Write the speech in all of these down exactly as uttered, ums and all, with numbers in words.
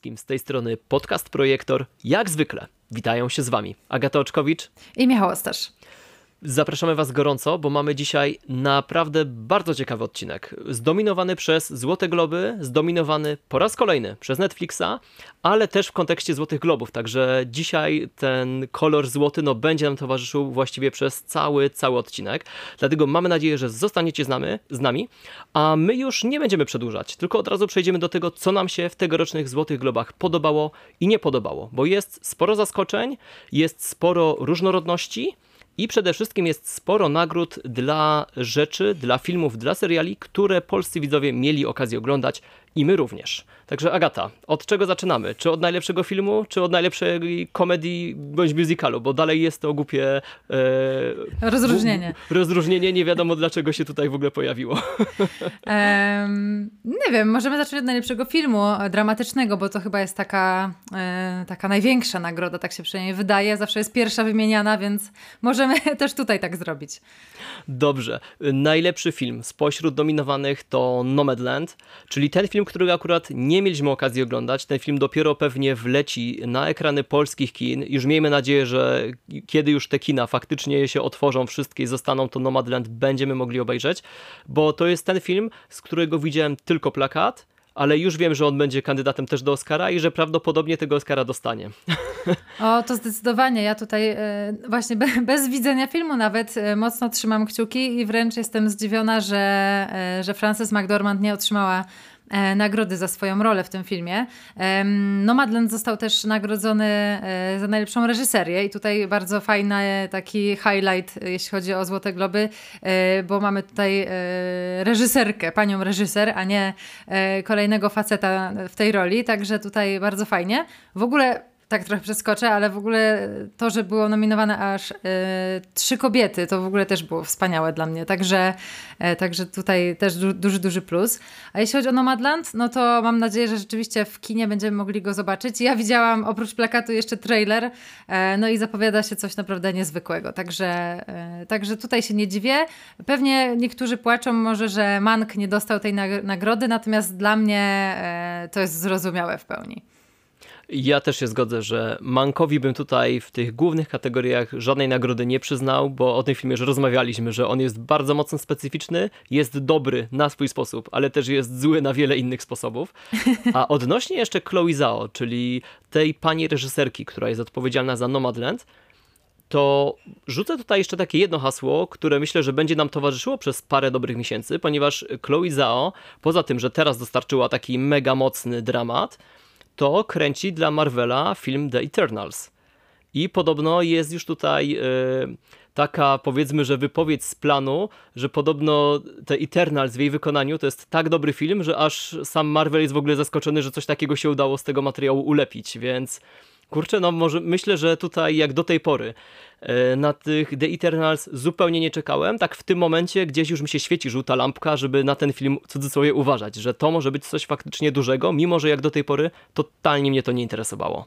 wszystkim, z tej strony Podcast Projektor. Jak zwykle witają się z Wami Agata Oczkowicz i Michał Osterz. Zapraszamy Was gorąco, bo mamy dzisiaj naprawdę bardzo ciekawy odcinek. Zdominowany przez Złote Globy, zdominowany po raz kolejny przez Netflixa, ale też w kontekście Złotych Globów. Także dzisiaj ten kolor złoty no, będzie nam towarzyszył właściwie przez cały, cały odcinek. Dlatego mamy nadzieję, że zostaniecie z nami, z nami, a my już nie będziemy przedłużać, tylko od razu przejdziemy do tego, co nam się w tegorocznych Złotych Globach podobało i nie podobało, bo jest sporo zaskoczeń, jest sporo różnorodności, i przede wszystkim jest sporo nagród dla rzeczy, dla filmów, dla seriali, które polscy widzowie mieli okazję oglądać i my również. Także Agata, od czego zaczynamy? Czy od najlepszego filmu, czy od najlepszej komedii bądź musicalu? Bo dalej jest to głupie... E, rozróżnienie. W, rozróżnienie, nie wiadomo dlaczego się tutaj w ogóle pojawiło. Um, nie wiem, możemy zacząć od najlepszego filmu dramatycznego, bo to chyba jest taka, e, taka największa nagroda, tak się przynajmniej wydaje. Zawsze jest pierwsza wymieniana, więc możemy też tutaj tak zrobić. Dobrze. Najlepszy film spośród nominowanych to Nomadland, czyli ten film, którego akurat nie mieliśmy okazji oglądać. Ten film dopiero pewnie wleci na ekrany polskich kin. Już miejmy nadzieję, że kiedy już te kina faktycznie się otworzą, wszystkie zostaną, to Nomadland będziemy mogli obejrzeć, bo to jest ten film, z którego widziałem tylko plakat, ale już wiem, że on będzie kandydatem też do Oscara i że prawdopodobnie tego Oscara dostanie. O, to zdecydowanie. Ja tutaj e, właśnie be, bez widzenia filmu nawet e, mocno trzymam kciuki i wręcz jestem zdziwiona, że, e, że Frances McDormand nie otrzymała e, nagrody za swoją rolę w tym filmie. E, Nomadland został też nagrodzony e, za najlepszą reżyserię i tutaj bardzo fajny taki highlight, jeśli chodzi o Złote Globy, e, bo mamy tutaj e, reżyserkę, panią reżyser, a nie e, kolejnego faceta w tej roli, także tutaj bardzo fajnie. W ogóle tak trochę przeskoczę, ale w ogóle to, że było nominowane aż y, trzy kobiety, to w ogóle też było wspaniałe dla mnie. Także, y, także tutaj też du- duży, duży plus. A jeśli chodzi o Nomadland, no to mam nadzieję, że rzeczywiście w kinie będziemy mogli go zobaczyć. Ja widziałam oprócz plakatu jeszcze trailer, y, no i zapowiada się coś naprawdę niezwykłego. Także, y, także tutaj się nie dziwię. Pewnie niektórzy płaczą może, że Mank nie dostał tej nag- nagrody, natomiast dla mnie y, to jest zrozumiałe w pełni. Ja też się zgodzę, że Mankowi bym tutaj w tych głównych kategoriach żadnej nagrody nie przyznał, bo o tym filmie już rozmawialiśmy, że on jest bardzo mocno specyficzny, jest dobry na swój sposób, ale też jest zły na wiele innych sposobów. A odnośnie jeszcze Chloe Zhao, czyli tej pani reżyserki, która jest odpowiedzialna za Nomadland, to rzucę tutaj jeszcze takie jedno hasło, które myślę, że będzie nam towarzyszyło przez parę dobrych miesięcy, ponieważ Chloe Zhao, poza tym, że teraz dostarczyła taki mega mocny dramat, to kręci dla Marvela film The Eternals. I podobno jest już tutaj y, taka, powiedzmy, że wypowiedź z planu, że podobno The Eternals w jej wykonaniu to jest tak dobry film, że aż sam Marvel jest w ogóle zaskoczony, że coś takiego się udało z tego materiału ulepić, więc kurczę, no może myślę, że tutaj jak do tej pory y, na tych The Eternals zupełnie nie czekałem. Tak w tym momencie gdzieś już mi się świeci żółta lampka, żeby na ten film w cudzysłowie uważać, że to może być coś faktycznie dużego, mimo że jak do tej pory totalnie mnie to nie interesowało.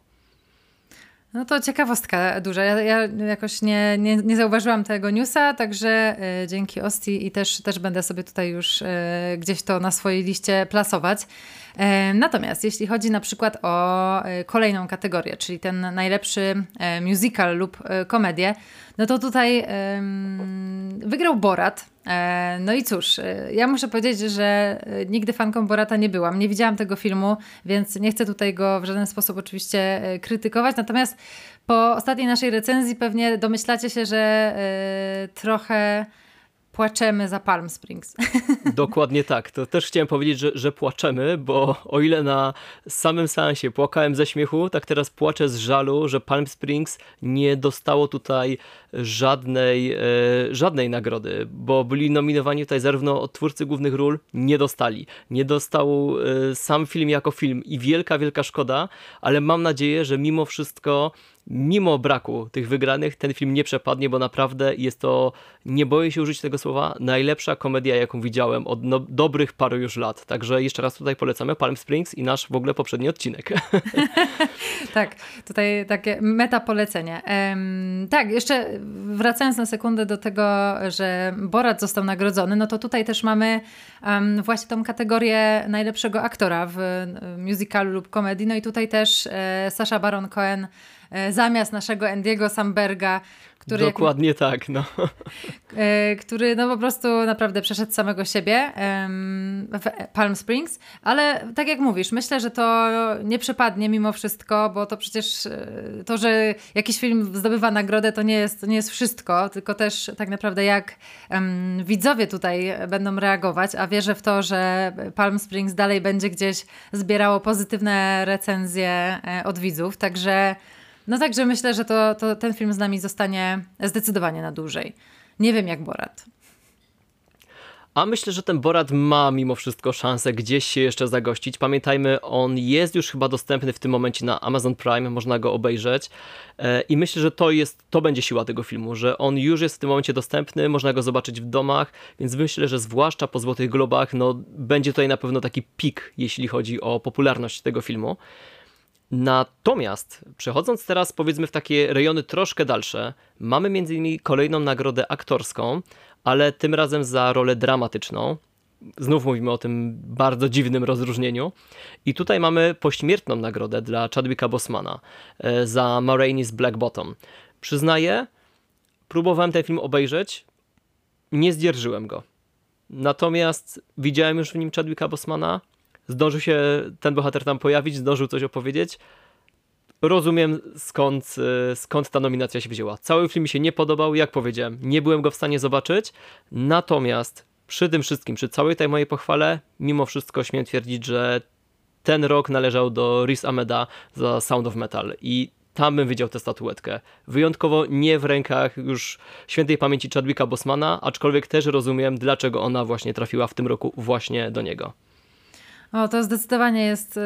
No to ciekawostka duża. Ja, ja jakoś nie, nie, nie zauważyłam tego newsa, także y, dzięki Osti i też, też będę sobie tutaj już y, gdzieś to na swojej liście plasować. E, natomiast jeśli chodzi na przykład o e, kolejną kategorię, czyli ten najlepszy e, musical lub e, komedię, no to tutaj e, wygrał Borat. E, no i cóż, e, ja muszę powiedzieć, że e, nigdy fanką Borata nie byłam. Nie widziałam tego filmu, więc nie chcę tutaj go w żaden sposób oczywiście e, krytykować. Natomiast po ostatniej naszej recenzji pewnie domyślacie się, że e, trochę płaczemy za Palm Springs. Dokładnie tak. To też chciałem powiedzieć, że, że płaczemy, bo o ile na samym seansie płakałem ze śmiechu, tak teraz płaczę z żalu, że Palm Springs nie dostało tutaj żadnej, e, żadnej nagrody, bo byli nominowani tutaj zarówno od twórcy głównych ról, nie dostali. Nie dostał e, sam film jako film i wielka, wielka szkoda, ale mam nadzieję, że mimo wszystko mimo braku tych wygranych ten film nie przepadnie, bo naprawdę jest to, nie boję się użyć tego słowa, najlepsza komedia, jaką widziałem od no, dobrych paru już lat. Także jeszcze raz tutaj polecamy Palm Springs i nasz w ogóle poprzedni odcinek. Tak, tutaj takie meta polecenie. Um, tak, jeszcze wracając na sekundę do tego, że Borat został nagrodzony, no to tutaj też mamy um, właśnie tą kategorię najlepszego aktora w musicalu lub komedii. No i tutaj też e, Sacha Baron Cohen e, zamiast naszego Andy'ego Samberga, który Dokładnie jak, tak, no. e, który no po prostu naprawdę przeszedł samego siebie em, w Palm Springs, ale tak jak mówisz, myślę, że to nie przepadnie mimo wszystko, bo to przecież e, to, że jakiś film zdobywa nagrodę, to nie jest, to nie jest wszystko, tylko też tak naprawdę jak em, widzowie tutaj będą reagować, a wierzę w to, że Palm Springs dalej będzie gdzieś zbierało pozytywne recenzje e, od widzów, także no także myślę, że to, to ten film z nami zostanie zdecydowanie na dłużej. Nie wiem jak Borat. A myślę, że ten Borat ma mimo wszystko szansę gdzieś się jeszcze zagościć. Pamiętajmy, on jest już chyba dostępny w tym momencie na Amazon Prime, można go obejrzeć i myślę, że to jest, to będzie siła tego filmu, że on już jest w tym momencie dostępny, można go zobaczyć w domach, więc myślę, że zwłaszcza po Złotych Globach, no będzie tutaj na pewno taki pik, jeśli chodzi o popularność tego filmu. Natomiast przechodząc teraz powiedzmy w takie rejony troszkę dalsze, mamy między innymi kolejną nagrodę aktorską, ale tym razem za rolę dramatyczną. Znów mówimy o tym bardzo dziwnym rozróżnieniu. I tutaj mamy pośmiertną nagrodę dla Chadwicka Bosemana za Ma Rainey's Black Bottom. Przyznaję, próbowałem ten film obejrzeć, nie zdzierżyłem go. Natomiast widziałem już w nim Chadwicka Bosemana, zdążył się ten bohater tam pojawić, zdążył coś opowiedzieć. Rozumiem skąd, skąd ta nominacja się wzięła. Cały film mi się nie podobał, jak powiedziałem, nie byłem go w stanie zobaczyć, natomiast przy tym wszystkim, przy całej tej mojej pochwale, mimo wszystko śmiem twierdzić, że ten rok należał do Riz Ahmeda za Sound of Metal i tam bym widział tę statuetkę. Wyjątkowo nie w rękach już świętej pamięci Chadwicka Bosemana, aczkolwiek też rozumiem, dlaczego ona właśnie trafiła w tym roku właśnie do niego. O, to zdecydowanie jest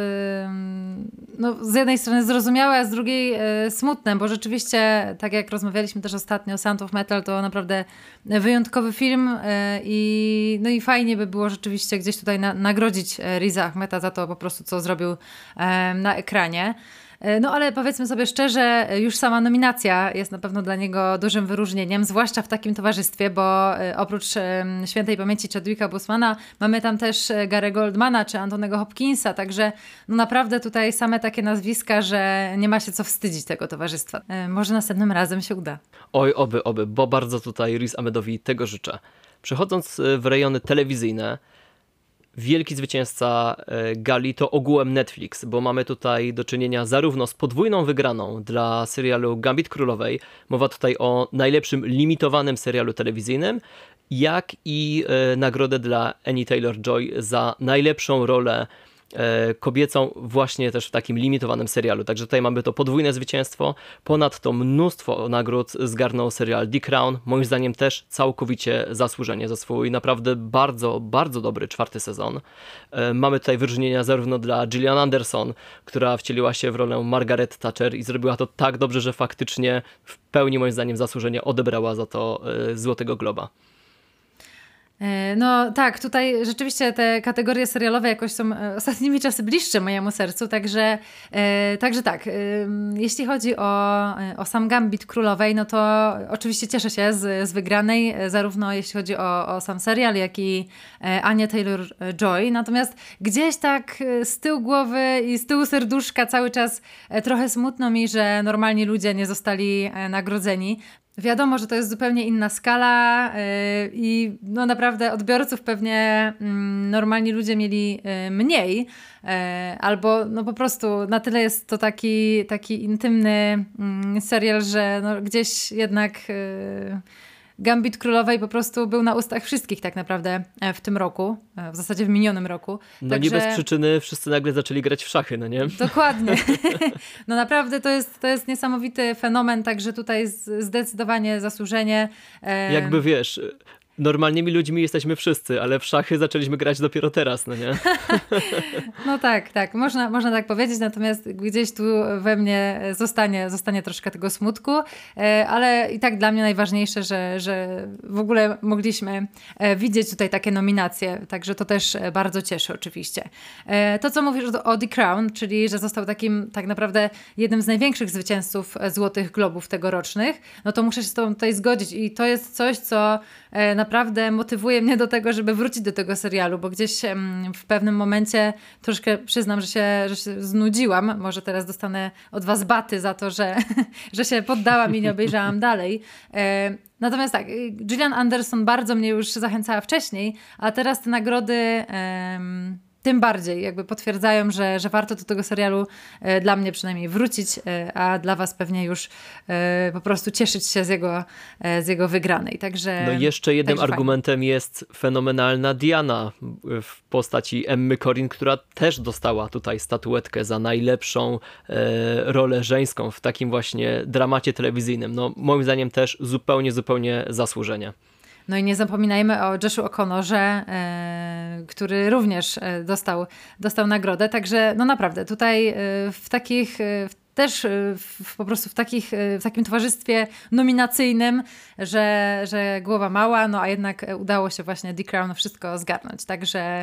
no, z jednej strony zrozumiałe, a z drugiej smutne, bo rzeczywiście, tak jak rozmawialiśmy też ostatnio, Sound of Metal to naprawdę wyjątkowy film i, no i fajnie by było rzeczywiście gdzieś tutaj na, nagrodzić Riza Ahmeda za to po prostu, co zrobił na ekranie. No ale powiedzmy sobie szczerze, już sama nominacja jest na pewno dla niego dużym wyróżnieniem, zwłaszcza w takim towarzystwie, bo oprócz świętej pamięci Chadwicka Bosemana mamy tam też Gary'ego Oldmana czy Antonego Hopkinsa, także no naprawdę tutaj same takie nazwiska, że nie ma się co wstydzić tego towarzystwa. Może następnym razem się uda. Oj, oby, oby, bo bardzo tutaj Riz Ahmedowi tego życzę. Przechodząc w rejony telewizyjne, wielki zwycięzca gali to ogółem Netflix, bo mamy tutaj do czynienia zarówno z podwójną wygraną dla serialu Gambit Królowej, mowa tutaj o najlepszym limitowanym serialu telewizyjnym, jak i e, nagrodę dla Anya Taylor-Joy za najlepszą rolę e, kobiecą właśnie też w takim limitowanym serialu. Także tutaj mamy to podwójne zwycięstwo. Ponadto mnóstwo nagród zgarnął serial The Crown. Moim zdaniem też całkowicie zasłużenie za swój naprawdę bardzo, bardzo dobry czwarty sezon. E, mamy tutaj wyróżnienia zarówno dla Gillian Anderson, która wcieliła się w rolę Margaret Thatcher i zrobiła to tak dobrze, że faktycznie w pełni moim zdaniem zasłużenie odebrała za to e, Złotego Globa. No tak, tutaj rzeczywiście te kategorie serialowe jakoś są ostatnimi czasy bliższe mojemu sercu, także, e, także tak, e, jeśli chodzi o, o sam Gambit Królowej, no to oczywiście cieszę się z, z wygranej, zarówno jeśli chodzi o, o sam serial, jak i Anię Taylor-Joy, natomiast gdzieś tak z tyłu głowy i z tyłu serduszka cały czas trochę smutno mi, że normalni ludzie nie zostali nagrodzeni. Wiadomo, że to jest zupełnie inna skala yy, i no naprawdę odbiorców pewnie yy, normalni ludzie mieli yy, mniej, yy, albo no po prostu na tyle jest to taki, taki intymny yy, serial, że no gdzieś jednak yy, Gambit Królowej po prostu był na ustach wszystkich tak naprawdę w tym roku, w zasadzie w minionym roku. No Także... nie bez przyczyny wszyscy nagle zaczęli grać w szachy, no nie? Dokładnie. No naprawdę to jest, to jest niesamowity fenomen, także tutaj zdecydowanie zasłużenie. Jakby wiesz, normalnymi ludźmi jesteśmy wszyscy, ale w szachy zaczęliśmy grać dopiero teraz, no nie? No tak, tak, można, można tak powiedzieć, natomiast gdzieś tu we mnie zostanie, zostanie troszkę tego smutku, ale i tak dla mnie najważniejsze, że, że w ogóle mogliśmy widzieć tutaj takie nominacje, także to też bardzo cieszy oczywiście. To, co mówisz o The Crown, czyli że został takim tak naprawdę jednym z największych zwycięzców Złotych Globów tegorocznych, no to muszę się z tobą tutaj zgodzić i to jest coś, co naprawdę motywuje mnie do tego, żeby wrócić do tego serialu, bo gdzieś w pewnym momencie troszkę przyznam, że się, że się znudziłam. Może teraz dostanę od was baty za to, że, że się poddałam i nie obejrzałam dalej. Natomiast tak, Gillian Anderson bardzo mnie już zachęcała wcześniej, a teraz te nagrody tym bardziej jakby potwierdzają, że, że warto do tego serialu e, dla mnie przynajmniej wrócić, e, a dla was pewnie już e, po prostu cieszyć się z jego, e, z jego wygranej. Także, no jeszcze jednym także argumentem fajnie. jest fenomenalna Diana w postaci Emmy Corrin, która też dostała tutaj statuetkę za najlepszą e, rolę żeńską w takim właśnie dramacie telewizyjnym. No moim zdaniem też zupełnie, zupełnie zasłużenie. No i nie zapominajmy o Joshu O'Connorze, e, który również e, dostał, dostał nagrodę. Także no naprawdę tutaj e, w takich... E, też w, po prostu w, takich, w takim towarzystwie nominacyjnym, że, że głowa mała, no a jednak udało się właśnie The Crown wszystko zgarnąć. Także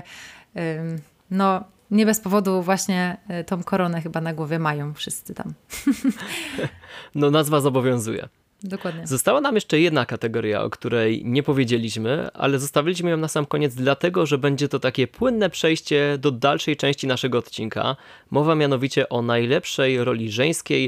no nie bez powodu właśnie tą koronę chyba na głowie mają wszyscy tam. No nazwa zobowiązuje. Dokładnie. Została nam jeszcze jedna kategoria, o której nie powiedzieliśmy, ale zostawiliśmy ją na sam koniec dlatego, że będzie to takie płynne przejście do dalszej części naszego odcinka. Mowa mianowicie o najlepszej roli żeńskiej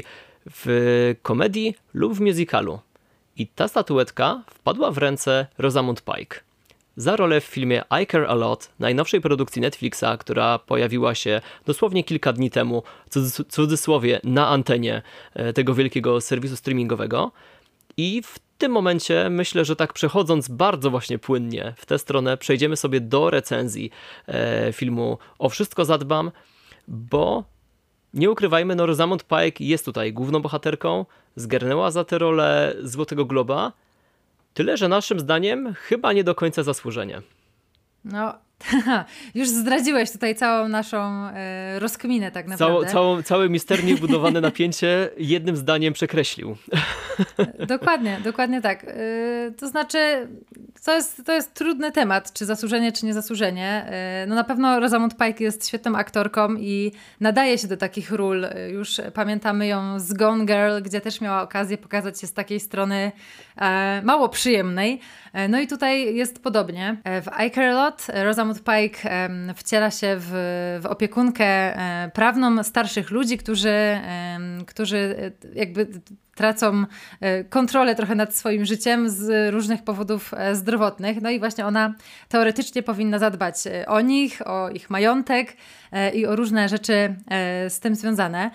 w komedii lub w musicalu. I ta statuetka wpadła w ręce Rosamund Pike za rolę w filmie I Care A Lot, najnowszej produkcji Netflixa, która pojawiła się dosłownie kilka dni temu, w cudzysłowie, na antenie tego wielkiego serwisu streamingowego. I w tym momencie myślę, że tak przechodząc bardzo właśnie płynnie w tę stronę, przejdziemy sobie do recenzji e, filmu O wszystko zadbam, bo nie ukrywajmy, no Rosamund Pike jest tutaj główną bohaterką, zgarnęła za tę rolę Złotego Globa, tyle że naszym zdaniem chyba nie do końca zasłużenie. No, już zdradziłeś tutaj całą naszą e, rozkminę tak naprawdę. Całą, całą, całe misternie budowane napięcie jednym zdaniem przekreślił. Dokładnie, dokładnie tak. E, to znaczy, to jest, to jest trudny temat, czy zasłużenie, czy niezasłużenie. E, no na pewno Rosamund Pike jest świetną aktorką i nadaje się do takich ról. E, już pamiętamy ją z Gone Girl, gdzie też miała okazję pokazać się z takiej strony e, mało przyjemnej. E, no i tutaj jest podobnie. E, w I Care A Lot Rosamund Pike e, wciela się w, w opiekunkę e, prawną starszych ludzi, którzy, e, którzy jakby tracą kontrolę trochę nad swoim życiem z różnych powodów zdrowotnych. No i właśnie ona teoretycznie powinna zadbać o nich, o ich majątek i o różne rzeczy z tym związane.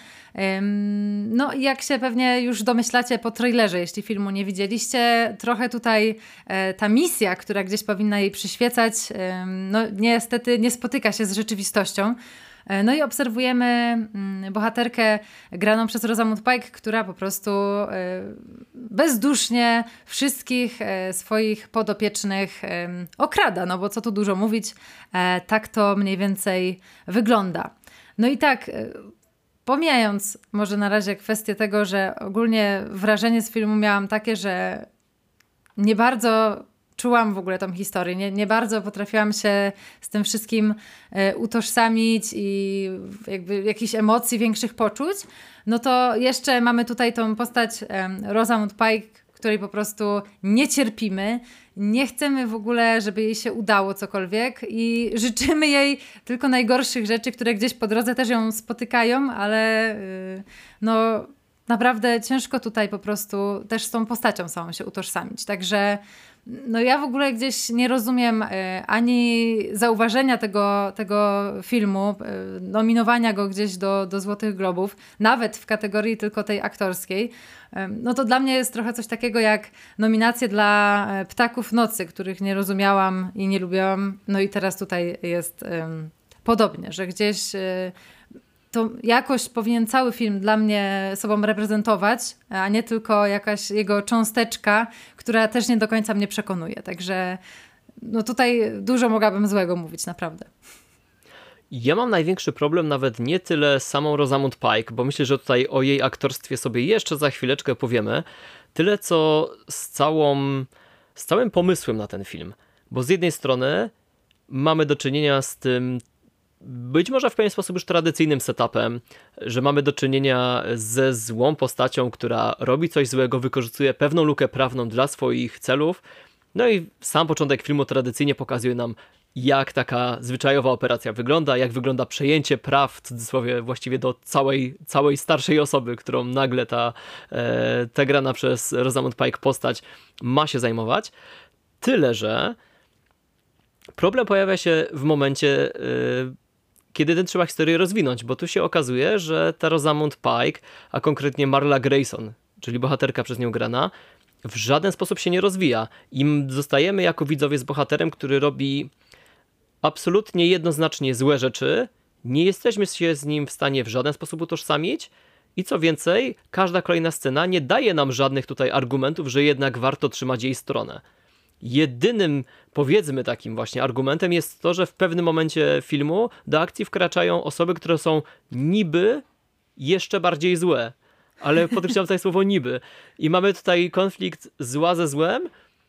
No i jak się pewnie już domyślacie po trailerze, jeśli filmu nie widzieliście, trochę tutaj ta misja, która gdzieś powinna jej przyświecać, no niestety nie spotyka się z rzeczywistością. No i obserwujemy bohaterkę graną przez Rosamund Pike, która po prostu bezdusznie wszystkich swoich podopiecznych okrada, no bo co tu dużo mówić, tak to mniej więcej wygląda. No i tak, pomijając może na razie kwestię tego, że ogólnie wrażenie z filmu miałam takie, że nie bardzo czułam w ogóle tą historię. Nie, nie bardzo potrafiłam się z tym wszystkim e, utożsamić i jakby jakichś emocji większych poczuć. No to jeszcze mamy tutaj tą postać e, Rosamund Pike, której po prostu nie cierpimy. Nie chcemy w ogóle, żeby jej się udało cokolwiek i życzymy jej tylko najgorszych rzeczy, które gdzieś po drodze też ją spotykają, ale e, no naprawdę ciężko tutaj po prostu też z tą postacią samą się utożsamić. Także no ja w ogóle gdzieś nie rozumiem y, ani zauważenia tego, tego filmu, y, nominowania go gdzieś do, do Złotych Globów, nawet w kategorii tylko tej aktorskiej. Y, no to dla mnie jest trochę coś takiego jak nominacje dla y, Ptaków Nocy, których nie rozumiałam i nie lubiłam. No i teraz tutaj jest y, podobnie, że gdzieś... Y, to jakoś powinien cały film dla mnie sobą reprezentować, a nie tylko jakaś jego cząsteczka, która też nie do końca mnie przekonuje. Także no tutaj dużo mogłabym złego mówić, naprawdę. Ja mam największy problem nawet nie tyle z samą Rosamund Pike, bo myślę, że tutaj o jej aktorstwie sobie jeszcze za chwileczkę powiemy, tyle co z, całą, z całym pomysłem na ten film. Bo z jednej strony mamy do czynienia z tym być może w pewien sposób już tradycyjnym setupem, że mamy do czynienia ze złą postacią, która robi coś złego, wykorzystuje pewną lukę prawną dla swoich celów. No i sam początek filmu tradycyjnie pokazuje nam, jak taka zwyczajowa operacja wygląda, jak wygląda przejęcie praw, w cudzysłowie właściwie do całej, całej starszej osoby, którą nagle ta, e, ta grana przez Rosamund Pike postać ma się zajmować. Tyle, że problem pojawia się w momencie, e, kiedy ten trzeba historię rozwinąć, bo tu się okazuje, że ta Rosamund Pike, a konkretnie Marla Grayson, czyli bohaterka przez nią grana, w żaden sposób się nie rozwija. I zostajemy jako widzowie z bohaterem, który robi absolutnie jednoznacznie złe rzeczy, nie jesteśmy się z nim w stanie w żaden sposób utożsamić i co więcej, każda kolejna scena nie daje nam żadnych tutaj argumentów, że jednak warto trzymać jej stronę. Jedynym, powiedzmy takim właśnie argumentem jest to, że w pewnym momencie filmu do akcji wkraczają osoby, które są niby jeszcze bardziej złe. Ale podkreślam tutaj słowo niby. I mamy tutaj konflikt zła ze złem.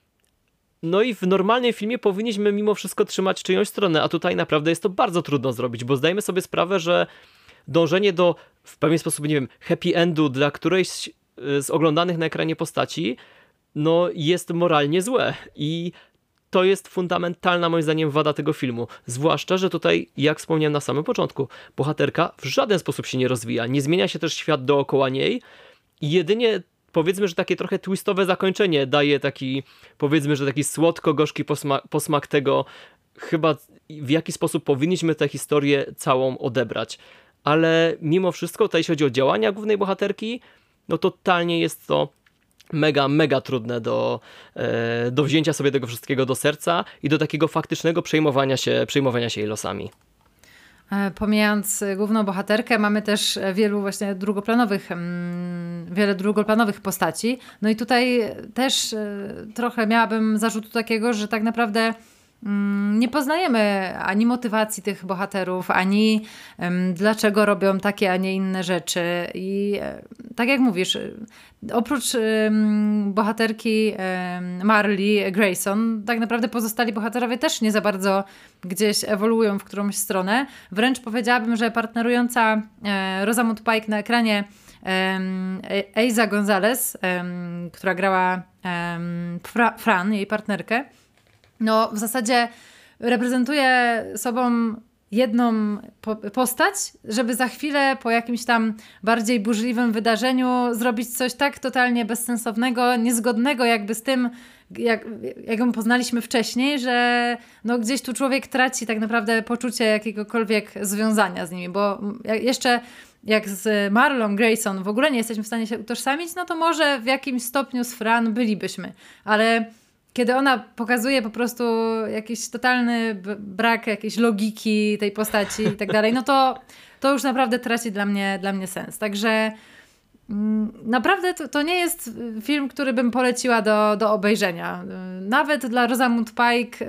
No i w normalnym filmie powinniśmy mimo wszystko trzymać czyjąś stronę, a tutaj naprawdę jest to bardzo trudno zrobić, bo zdajemy sobie sprawę, że dążenie do w pewien sposób, nie wiem, happy endu dla którejś z oglądanych na ekranie postaci, no jest moralnie złe i to jest fundamentalna moim zdaniem wada tego filmu. Zwłaszcza, że tutaj, jak wspomniałem na samym początku, bohaterka w żaden sposób się nie rozwija, nie zmienia się też świat dookoła niej i jedynie powiedzmy, że takie trochę twistowe zakończenie daje taki, powiedzmy, że taki słodko-gorzki posmak, posmak tego, chyba w jaki sposób powinniśmy tę historię całą odebrać. Ale mimo wszystko, tutaj jeśli chodzi o działania głównej bohaterki, no totalnie jest to mega, mega trudne do, e, do wzięcia sobie tego wszystkiego do serca i do takiego faktycznego przejmowania się, przejmowania się jej losami. Pomijając główną bohaterkę, mamy też wielu właśnie drugoplanowych, wiele drugoplanowych postaci. No i tutaj też trochę miałabym zarzutu takiego, że tak naprawdę nie poznajemy ani motywacji tych bohaterów, ani um, dlaczego robią takie, a nie inne rzeczy. I tak jak mówisz, oprócz um, bohaterki um, Marli Grayson, tak naprawdę pozostali bohaterowie też nie za bardzo gdzieś ewoluują w którąś stronę. Wręcz powiedziałabym, że partnerująca e, Rosamund Pike na ekranie um, Eiza Gonzalez, um, która grała um, Fra- Fran, jej partnerkę, no w zasadzie reprezentuje sobą jedną po- postać, żeby za chwilę po jakimś tam bardziej burzliwym wydarzeniu zrobić coś tak totalnie bezsensownego, niezgodnego jakby z tym, jak, jak ją poznaliśmy wcześniej, że no gdzieś tu człowiek traci tak naprawdę poczucie jakiegokolwiek związania z nimi, bo jeszcze jak z Marlon Grayson w ogóle nie jesteśmy w stanie się utożsamić, no to może w jakimś stopniu z Fran bylibyśmy, ale kiedy ona pokazuje po prostu jakiś totalny b- brak jakiejś logiki tej postaci i tak dalej, no to, to już naprawdę traci dla mnie, dla mnie sens. Także mm, naprawdę to, to nie jest film, który bym poleciła do, do obejrzenia. Nawet dla Rosamund Pike,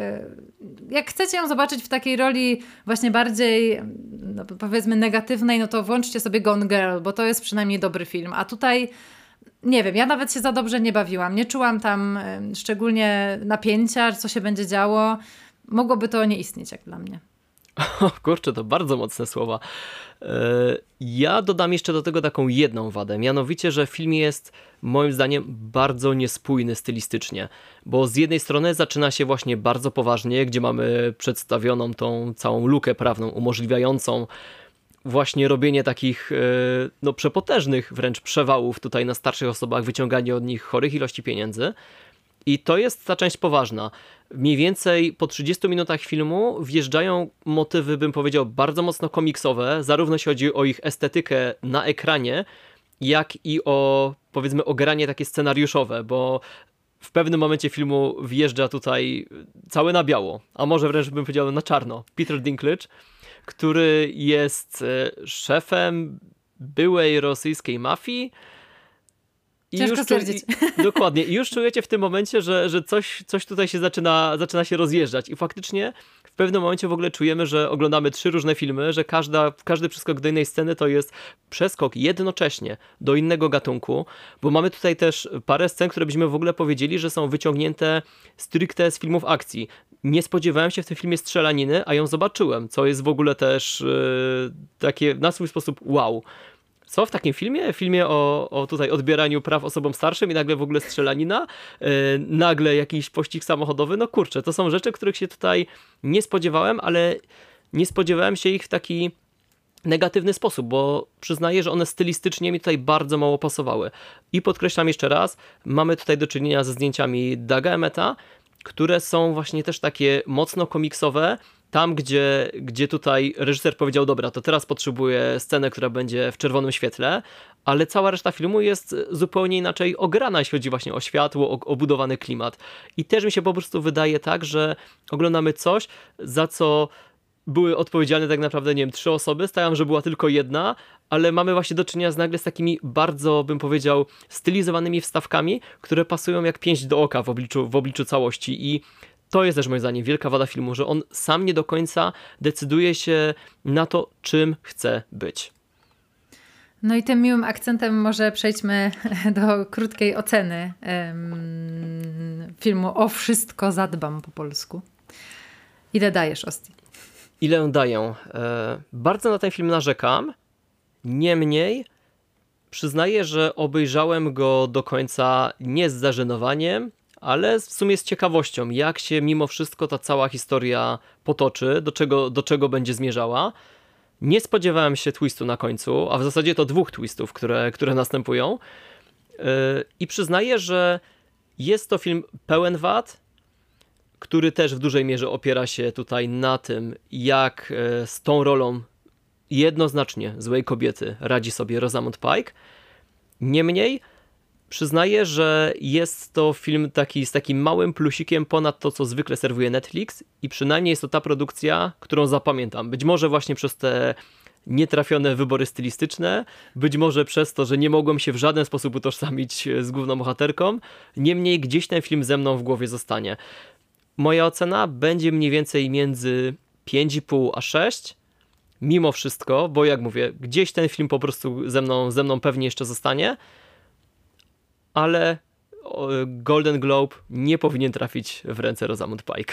jak chcecie ją zobaczyć w takiej roli właśnie bardziej, no, powiedzmy negatywnej, no to włączcie sobie Gone Girl, bo to jest przynajmniej dobry film. A tutaj nie wiem, ja nawet się za dobrze nie bawiłam. Nie czułam tam y, szczególnie napięcia, co się będzie działo. Mogłoby to nie istnieć jak dla mnie. O kurczę, to bardzo mocne słowa. Yy, ja dodam jeszcze do tego taką jedną wadę, mianowicie, że film jest moim zdaniem bardzo niespójny stylistycznie, bo z jednej strony zaczyna się właśnie bardzo poważnie, gdzie mamy przedstawioną tą całą lukę prawną umożliwiającą właśnie robienie takich no, przepotężnych wręcz przewałów tutaj na starszych osobach, wyciąganie od nich chorych ilości pieniędzy. I to jest ta część poważna. Mniej więcej po trzydziestu minutach filmu wjeżdżają motywy, bym powiedział, bardzo mocno komiksowe, zarówno jeśli chodzi o ich estetykę na ekranie, jak i o, powiedzmy, ogranie takie scenariuszowe, bo w pewnym momencie filmu wjeżdża tutaj cały na biało, a może wręcz bym powiedział na czarno, Peter Dinklage, który jest szefem byłej rosyjskiej mafii. I Ciężko już stwierdzić. I, dokładnie. I już czujecie w tym momencie, że, że coś, coś tutaj się zaczyna, zaczyna się rozjeżdżać. I faktycznie w pewnym momencie w ogóle czujemy, że oglądamy trzy różne filmy, że każda, każdy przeskok do innej sceny to jest przeskok jednocześnie do innego gatunku, bo mamy tutaj też parę scen, które byśmy w ogóle powiedzieli, że są wyciągnięte stricte z filmów akcji. Nie spodziewałem się w tym filmie strzelaniny, a ją zobaczyłem, co jest w ogóle też yy, takie na swój sposób wow. Co w takim filmie? W filmie o, o tutaj odbieraniu praw osobom starszym i nagle w ogóle strzelanina, yy, nagle jakiś pościg samochodowy, no kurczę, to są rzeczy, których się tutaj nie spodziewałem, ale nie spodziewałem się ich w taki negatywny sposób, bo przyznaję, że one stylistycznie mi tutaj bardzo mało pasowały. I podkreślam jeszcze raz, mamy tutaj do czynienia ze zdjęciami Douga Emmeta, które są właśnie też takie mocno komiksowe, tam, gdzie, gdzie tutaj reżyser powiedział, dobra, to teraz potrzebuję scenę, która będzie w czerwonym świetle, ale cała reszta filmu jest zupełnie inaczej ograna, jeśli chodzi właśnie o światło, o, o budowany klimat. I też mi się po prostu wydaje tak, że oglądamy coś, za co były odpowiedzialne tak naprawdę, nie wiem, trzy osoby, stają, że była tylko jedna, ale mamy właśnie do czynienia z nagle z takimi bardzo, bym powiedział, stylizowanymi wstawkami, które pasują jak pięść do oka w obliczu, w obliczu całości i to jest też moim zdaniem wielka wada filmu, że on sam nie do końca decyduje się na to, czym chce być. No i tym miłym akcentem może przejdźmy do krótkiej oceny um, filmu O wszystko zadbam po polsku. Ile dajesz, Osti? Ile daję? E, bardzo na ten film narzekam, niemniej przyznaję, że obejrzałem go do końca nie z zażenowaniem, ale w sumie z ciekawością, jak się mimo wszystko ta cała historia potoczy, do czego, do czego będzie zmierzała. Nie spodziewałem się twistu na końcu, a w zasadzie to dwóch twistów, które, które następują. Yy, I przyznaję, że jest to film pełen wad, który też w dużej mierze opiera się tutaj na tym, jak yy, z tą rolą jednoznacznie złej kobiety radzi sobie Rosamund Pike. Niemniej przyznaję, że jest to film taki z takim małym plusikiem ponad to, co zwykle serwuje Netflix i przynajmniej jest to ta produkcja, którą zapamiętam. Być może właśnie przez te nietrafione wybory stylistyczne, być może przez to, że nie mogłem się w żaden sposób utożsamić z główną bohaterką, niemniej gdzieś ten film ze mną w głowie zostanie. Moja ocena będzie mniej więcej między pięć i pół a sześć, mimo wszystko, bo jak mówię, gdzieś ten film po prostu ze mną, ze mną pewnie jeszcze zostanie, ale Golden Globe nie powinien trafić w ręce Rosamund Pike.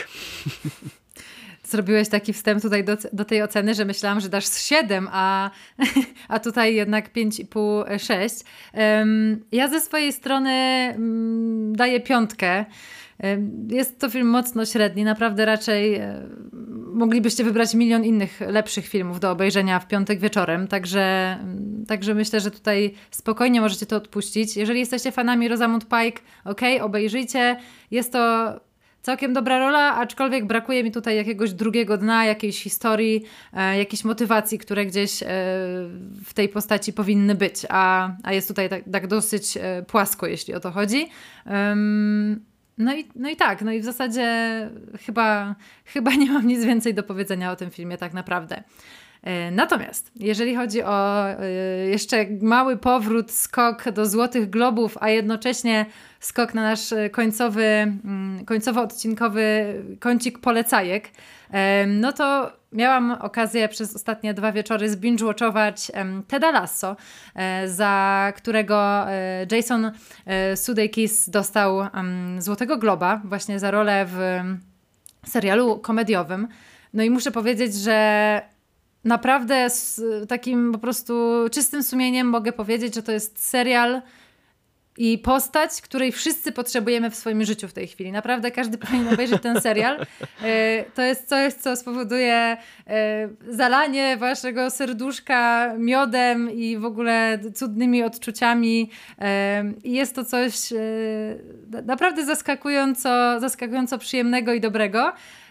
Zrobiłeś taki wstęp tutaj do, do tej oceny, że myślałam, że dasz siedem, a, a tutaj jednak pięć i pół, sześć. Um, ja ze swojej strony um, daję piątkę. Um, jest to film mocno średni, naprawdę raczej um, moglibyście wybrać milion innych lepszych filmów do obejrzenia w piątek wieczorem, także, um, także myślę, że tutaj spokojnie możecie to odpuścić. Jeżeli jesteście fanami Rosamund Pike, okej, okay, obejrzyjcie. Jest to całkiem dobra rola, aczkolwiek brakuje mi tutaj jakiegoś drugiego dna, jakiejś historii, e, jakiejś motywacji, które gdzieś e, w tej postaci powinny być, a, a jest tutaj tak, tak dosyć e, płasko, jeśli o to chodzi. Um, no, i, no i tak, no i w zasadzie chyba, chyba nie mam nic więcej do powiedzenia o tym filmie tak naprawdę. Natomiast jeżeli chodzi o jeszcze mały powrót, skok do Złotych Globów, a jednocześnie skok na nasz końcowy, końcowo-odcinkowy kącik polecajek, no to miałam okazję przez ostatnie dwa wieczory zbinge-watchować Teda Lasso, za którego Jason Sudeikis dostał Złotego Globa właśnie za rolę w serialu komediowym. No i muszę powiedzieć, że naprawdę z takim po prostu czystym sumieniem mogę powiedzieć, że to jest serial i postać, której wszyscy potrzebujemy w swoim życiu w tej chwili. Naprawdę każdy powinien obejrzeć ten serial. To jest coś, co spowoduje zalanie waszego serduszka miodem i w ogóle cudnymi odczuciami. I jest to coś naprawdę zaskakująco, zaskakująco przyjemnego i dobrego.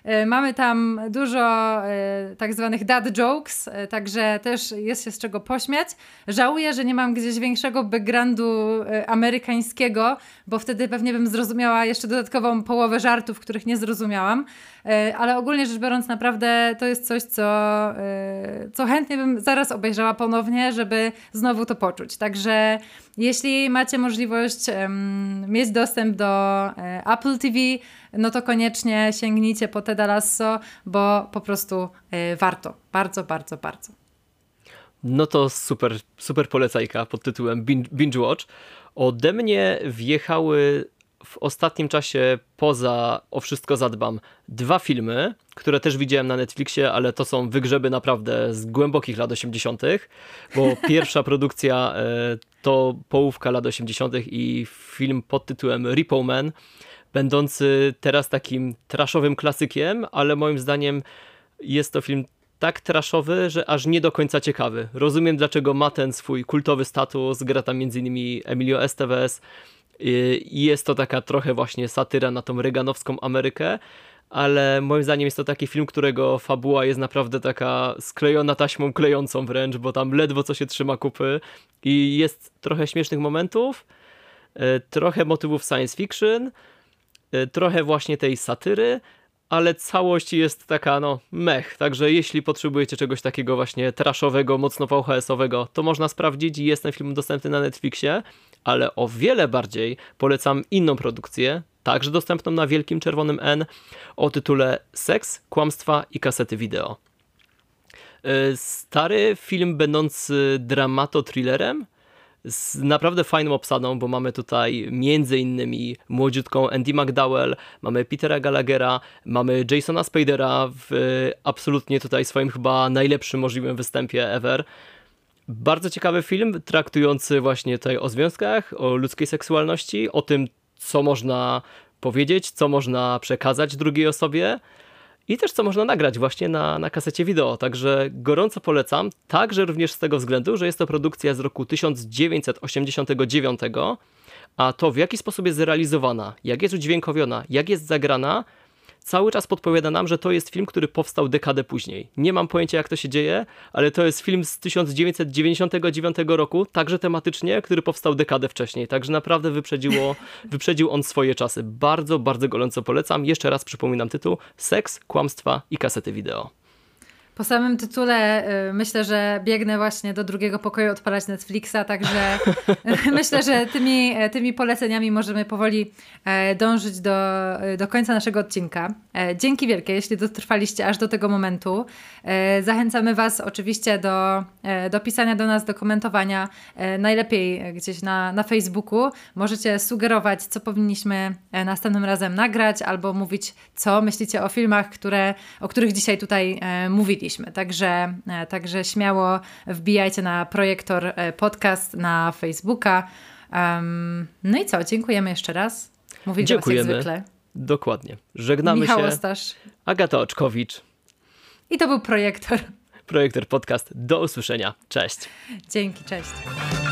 Mamy tam dużo tak zwanych dad jokes, także też jest się z czego pośmiać. Żałuję, że nie mam gdzieś większego backgroundu amerykańskiego, bo wtedy pewnie bym zrozumiała jeszcze dodatkową połowę żartów, których nie zrozumiałam. Ale ogólnie rzecz biorąc, naprawdę to jest coś, co, co chętnie bym zaraz obejrzała ponownie, żeby znowu to poczuć. Także jeśli macie możliwość um, mieć dostęp do um, Apple T V, no to koniecznie sięgnijcie po Teda Lasso, bo po prostu um, warto. Bardzo, bardzo, bardzo. No to super, super polecajka pod tytułem Binge Watch. Ode mnie wjechały w ostatnim czasie poza O wszystko zadbam dwa filmy, które też widziałem na Netflixie, ale to są wygrzeby naprawdę z głębokich lat osiemdziesiątych, bo pierwsza produkcja to połówka lat osiemdziesiątych i film pod tytułem Repo Man, będący teraz takim trashowym klasykiem, ale moim zdaniem jest to film tak trashowy, że aż nie do końca ciekawy. Rozumiem, dlaczego ma ten swój kultowy status, gra tam między innymi Emilio Estevez, i jest to taka trochę właśnie satyra na tą reaganowską Amerykę, ale moim zdaniem jest to taki film, którego fabuła jest naprawdę taka sklejona taśmą klejącą wręcz, bo tam ledwo co się trzyma kupy i jest trochę śmiesznych momentów, trochę motywów science fiction, trochę właśnie tej satyry, ale całość jest taka, no, mech. Także jeśli potrzebujecie czegoś takiego właśnie trashowego, mocno V H S-owego, to można sprawdzić i jest ten film dostępny na Netflixie, ale o wiele bardziej polecam inną produkcję, także dostępną na wielkim czerwonym N, o tytule Seks, kłamstwa i kasety wideo. Stary film będący dramato-thrillerem, z naprawdę fajną obsadą, bo mamy tutaj między innymi młodziutką Andy McDowell, mamy Petera Gallaghera, mamy Jasona Spadera w absolutnie tutaj swoim chyba najlepszym możliwym występie ever. Bardzo ciekawy film, traktujący właśnie tutaj o związkach, o ludzkiej seksualności, o tym, co można powiedzieć, co można przekazać drugiej osobie i też co można nagrać właśnie na, na kasecie wideo. Także gorąco polecam, także również z tego względu, że jest to produkcja z roku tysiąc dziewięćset osiemdziesiątego dziewiątego, a to w jaki sposób jest zrealizowana, jak jest udźwiękowiona, jak jest zagrana, cały czas podpowiada nam, że to jest film, który powstał dekadę później. Nie mam pojęcia, jak to się dzieje, ale to jest film z tysiąc dziewięćset dziewięćdziesiątego dziewiątego roku, także tematycznie, który powstał dekadę wcześniej. Także naprawdę wyprzedziło, wyprzedził on swoje czasy. Bardzo, bardzo gorąco polecam. Jeszcze raz przypominam tytuł: Seks, kłamstwa i kasety wideo. Po samym tytule y, myślę, że biegnę właśnie do drugiego pokoju odpalać Netflixa, także myślę, że tymi, tymi poleceniami możemy powoli e, dążyć do, do końca naszego odcinka. E, dzięki wielkie, jeśli dotrwaliście aż do tego momentu. E, zachęcamy Was oczywiście do, e, do pisania do nas, do komentowania, e, najlepiej gdzieś na, na Facebooku. Możecie sugerować, co powinniśmy następnym razem nagrać, albo mówić, co myślicie o filmach, które, o których dzisiaj tutaj e, mówiliśmy. Także, także śmiało wbijajcie na Projektor Podcast na Facebooka. Um, no i co? Dziękujemy jeszcze raz. Mówili Dziękujemy. Jak zwykle. Dokładnie. Żegnamy Michał się. Ostasz. Agata Oczkowicz. I to był Projektor. Projektor Podcast. Do usłyszenia. Cześć. Dzięki, cześć.